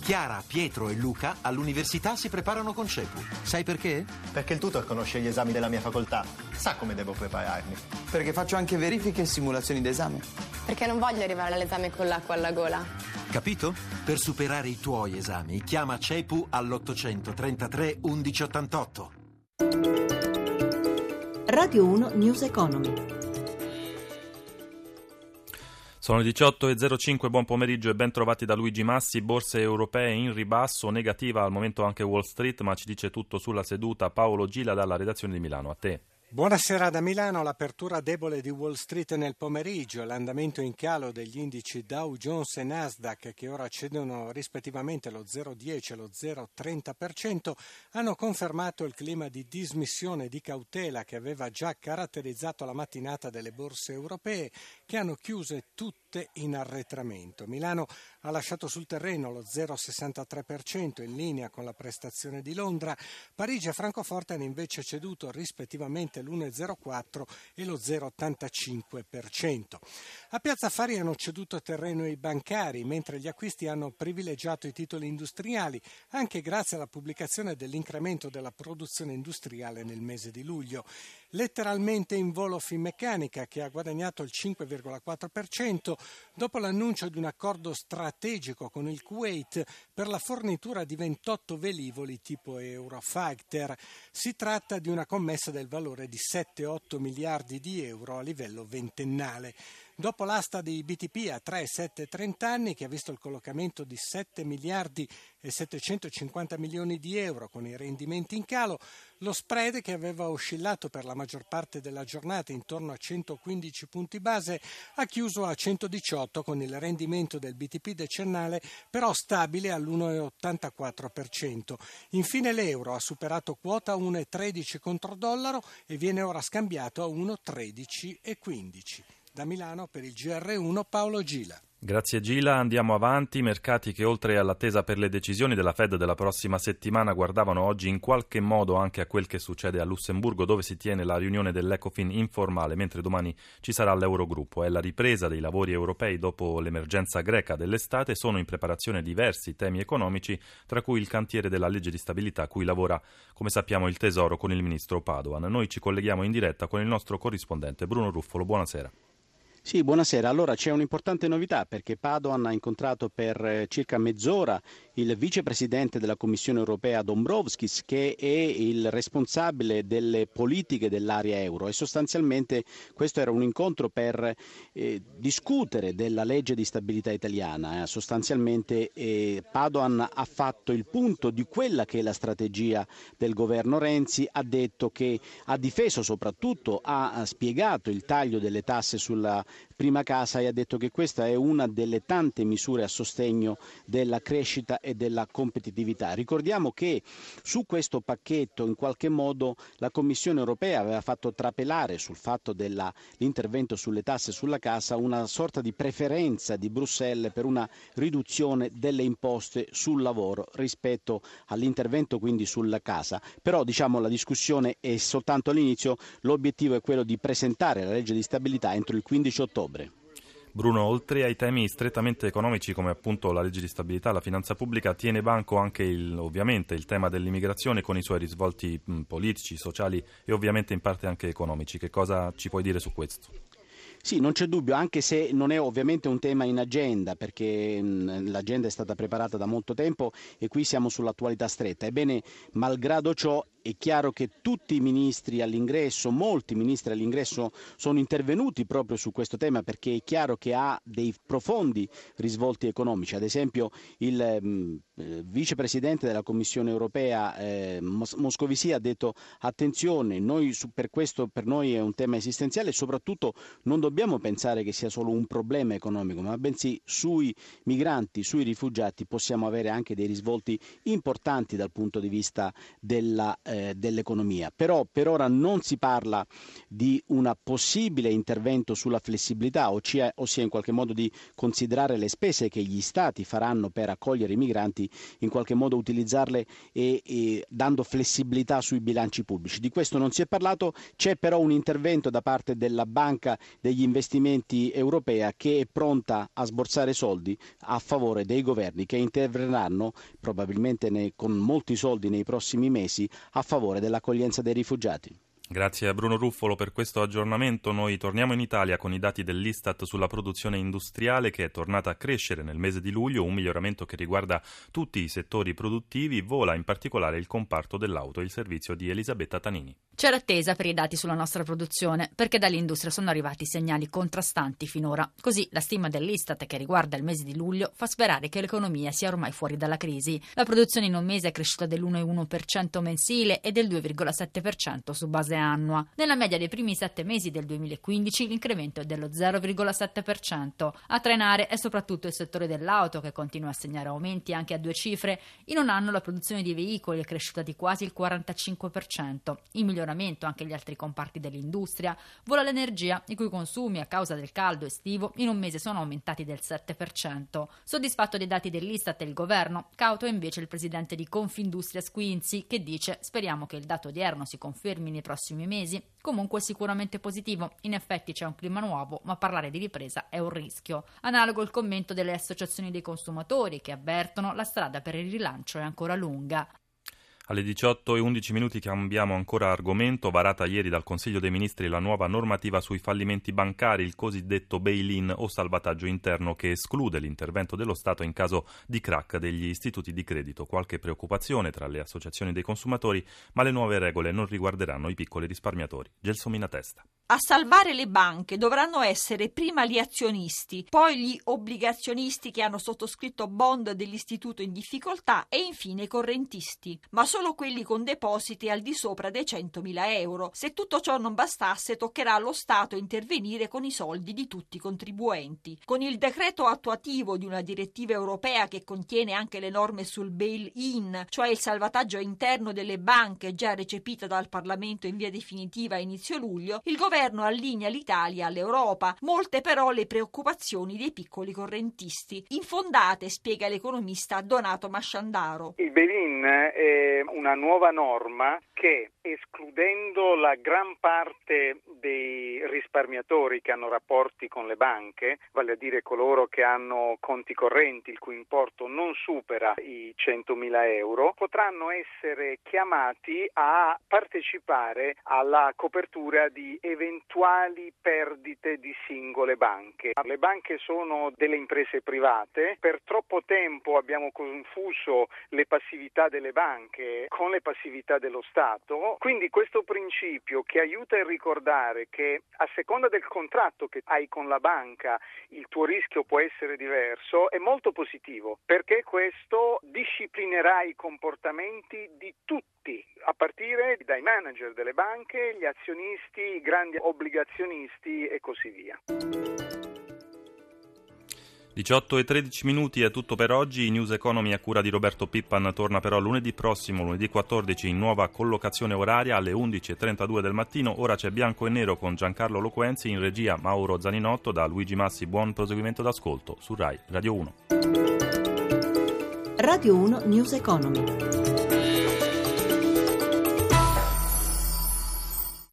Chiara, Pietro e Luca all'università si preparano con CEPU. Sai perché? Perché il tutor conosce gli esami della mia facoltà, sa come devo prepararmi. Perché faccio anche verifiche e simulazioni d'esame. Perché non voglio arrivare all'esame con l'acqua alla gola. Capito? Per superare i tuoi esami, chiama CEPU all'833 1188. Radio 1 News Economy. Sono le 18.05, buon pomeriggio e ben trovati da Luigi Massi. Borse europee in ribasso, negativa al momento anche Wall Street, ma ci dice tutto sulla seduta Paolo Gila dalla redazione di Milano. A te. Buonasera da Milano. L'apertura debole di Wall Street nel pomeriggio, l'andamento in calo degli indici Dow Jones e Nasdaq, che ora cedono rispettivamente lo 0,10 e lo 0,30%, hanno confermato il clima di dismissione e di cautela che aveva già caratterizzato la mattinata delle borse europee, che hanno chiuse tutte in arretramento. Milano ha lasciato sul terreno lo 0,63% in linea con la prestazione di Londra. Parigi e Francoforte hanno invece ceduto rispettivamente l'1,04 e lo 0,85%. A Piazza Affari hanno ceduto terreno i bancari, mentre gli acquisti hanno privilegiato i titoli industriali, anche grazie alla pubblicazione dell'incremento della produzione industriale nel mese di luglio. Letteralmente in volo Finmeccanica, che ha guadagnato il 5,4% dopo l'annuncio di un accordo strategico con il Kuwait per la fornitura di 28 velivoli tipo Eurofighter. Si tratta di una commessa del valore di 7-8 miliardi di euro a livello ventennale. Dopo l'asta di BTP a 3, 7 e 30 anni, che ha visto il collocamento di 7 miliardi e 750 milioni di euro con i rendimenti in calo, lo spread, che aveva oscillato per la maggior parte della giornata intorno a 115 punti base, ha chiuso a 118 con il rendimento del BTP decennale però stabile all'1,84%. Infine l'euro ha superato quota 1,13 contro dollaro e viene ora scambiato a 1,13,15. Da Milano per il GR1 Paolo Gila. Grazie Gila, andiamo avanti. Mercati che oltre all'attesa per le decisioni della Fed della prossima settimana guardavano oggi in qualche modo anche a quel che succede a Lussemburgo, dove si tiene la riunione dell'Ecofin informale, mentre domani ci sarà l'Eurogruppo. È la ripresa dei lavori europei dopo l'emergenza greca dell'estate. Sono in preparazione diversi temi economici, tra cui il cantiere della legge di stabilità, a cui lavora, come sappiamo, il Tesoro con il ministro Padoan. Noi ci colleghiamo in diretta con il nostro corrispondente Bruno Ruffolo. Buonasera. Sì, buonasera. Allora c'è un'importante novità, perché Padoan ha incontrato per circa mezz'ora il vicepresidente della Commissione europea Dombrovskis, che è il responsabile delle politiche dell'area euro, e sostanzialmente questo era un incontro per discutere della legge di stabilità italiana. Sostanzialmente Padoan ha fatto il punto di quella che è la strategia del governo Renzi, ha detto che ha difeso soprattutto, ha spiegato il taglio delle tasse sulla prima casa e ha detto che questa è una delle tante misure a sostegno della crescita e della competitività. Ricordiamo che su questo pacchetto in qualche modo la Commissione europea aveva fatto trapelare sul fatto dell'intervento sulle tasse sulla casa una sorta di preferenza di Bruxelles per una riduzione delle imposte sul lavoro rispetto all'intervento quindi sulla casa. Però la discussione è soltanto all'inizio, l'obiettivo è quello di presentare la legge di stabilità entro il 15 ottobre. Bruno, oltre ai temi strettamente economici come appunto la legge di stabilità, la finanza pubblica, tiene banco anche ovviamente il tema dell'immigrazione con i suoi risvolti politici, sociali e ovviamente in parte anche economici. Che cosa ci puoi dire su questo? Sì, non c'è dubbio, anche se non è ovviamente un tema in agenda, perché l'agenda è stata preparata da molto tempo e qui siamo sull'attualità stretta. Ebbene, malgrado ciò, è chiaro che tutti i ministri all'ingresso, molti ministri all'ingresso sono intervenuti proprio su questo tema, perché è chiaro che ha dei profondi risvolti economici. Ad esempio il vicepresidente della Commissione europea Moscovici ha detto attenzione, per noi è un tema esistenziale e soprattutto non dobbiamo pensare che sia solo un problema economico, ma bensì sui migranti, sui rifugiati possiamo avere anche dei risvolti importanti dal punto di vista della dell'economia. Però per ora non si parla di un possibile intervento sulla flessibilità, ossia in qualche modo di considerare le spese che gli Stati faranno per accogliere i migranti, in qualche modo utilizzarle e dando flessibilità sui bilanci pubblici. Di questo non si è parlato, c'è però un intervento da parte della Banca degli Investimenti Europea che è pronta a sborsare soldi a favore dei governi che interverranno probabilmente con molti soldi nei prossimi mesi a favore dell'accoglienza dei rifugiati. Grazie a Bruno Ruffolo per questo aggiornamento. Noi torniamo in Italia con i dati dell'Istat sulla produzione industriale che è tornata a crescere nel mese di luglio, un miglioramento che riguarda tutti i settori produttivi, vola in particolare il comparto dell'auto, il servizio di Elisabetta Tanini. C'era attesa per i dati sulla nostra produzione, perché dall'industria sono arrivati segnali contrastanti finora. Così la stima dell'Istat che riguarda il mese di luglio fa sperare che l'economia sia ormai fuori dalla crisi. La produzione in un mese è cresciuta dell'1,1% mensile e del 2,7% su base annua. Nella media dei primi 7 mesi del 2015 l'incremento è dello 0,7%. A trainare è soprattutto il settore dell'auto che continua a segnare aumenti anche a 2 cifre. In un anno la produzione di veicoli è cresciuta di quasi il 45%. In miglioramento anche gli altri comparti dell'industria. Vola l'energia, i cui consumi a causa del caldo estivo in un mese sono aumentati del 7%. Soddisfatto dei dati dell'Istat e il governo, cauto è invece il presidente di Confindustria Squinzi che dice: speriamo che il dato odierno si confermi nei prossimi mesi. Comunque sicuramente positivo, in effetti c'è un clima nuovo, ma parlare di ripresa è un rischio. Analogo il commento delle associazioni dei consumatori che avvertono la strada per il rilancio è ancora lunga. Alle 18:11 cambiamo ancora argomento. Varata ieri dal Consiglio dei Ministri la nuova normativa sui fallimenti bancari, il cosiddetto bail-in o salvataggio interno che esclude l'intervento dello Stato in caso di crack degli istituti di credito. Qualche preoccupazione tra le associazioni dei consumatori, ma le nuove regole non riguarderanno i piccoli risparmiatori. Gelsomina Testa. A salvare le banche dovranno essere prima gli azionisti, poi gli obbligazionisti che hanno sottoscritto bond dell'istituto in difficoltà e infine i correntisti, ma solo quelli con depositi al di sopra dei 100.000 euro. Se tutto ciò non bastasse, toccherà allo Stato intervenire con i soldi di tutti i contribuenti. Con il decreto attuativo di una direttiva europea che contiene anche le norme sul bail-in, cioè il salvataggio interno delle banche già recepita dal Parlamento in via definitiva a inizio luglio, il governo allinea l'Italia all'Europa. Molte però le preoccupazioni dei piccoli correntisti. Infondate, spiega l'economista Donato Masciandaro. Il bail-in è una nuova norma che, escludendo la gran parte dei risparmiatori che hanno rapporti con le banche, vale a dire coloro che hanno conti correnti il cui importo non supera i 100.000 euro, potranno essere chiamati a partecipare alla copertura di eventuali perdite di singole banche. Le banche sono delle imprese private, per troppo tempo abbiamo confuso le passività delle banche con le passività dello Stato, quindi questo principio che aiuta a ricordare che a seconda del contratto che hai con la banca il tuo rischio può essere diverso è molto positivo, perché questo disciplinerà i comportamenti di tutti, a partire dai manager delle banche, gli azionisti, i grandi obbligazionisti e così via. 18:13 è tutto per oggi. News Economy a cura di Roberto Pippan torna però lunedì prossimo, lunedì 14, in nuova collocazione oraria alle 11:32 del mattino. Ora c'è Bianco e Nero con Giancarlo Loquenzi, in regia Mauro Zaninotto, da Luigi Massi. Buon proseguimento d'ascolto su Rai Radio 1. Radio 1 News Economy.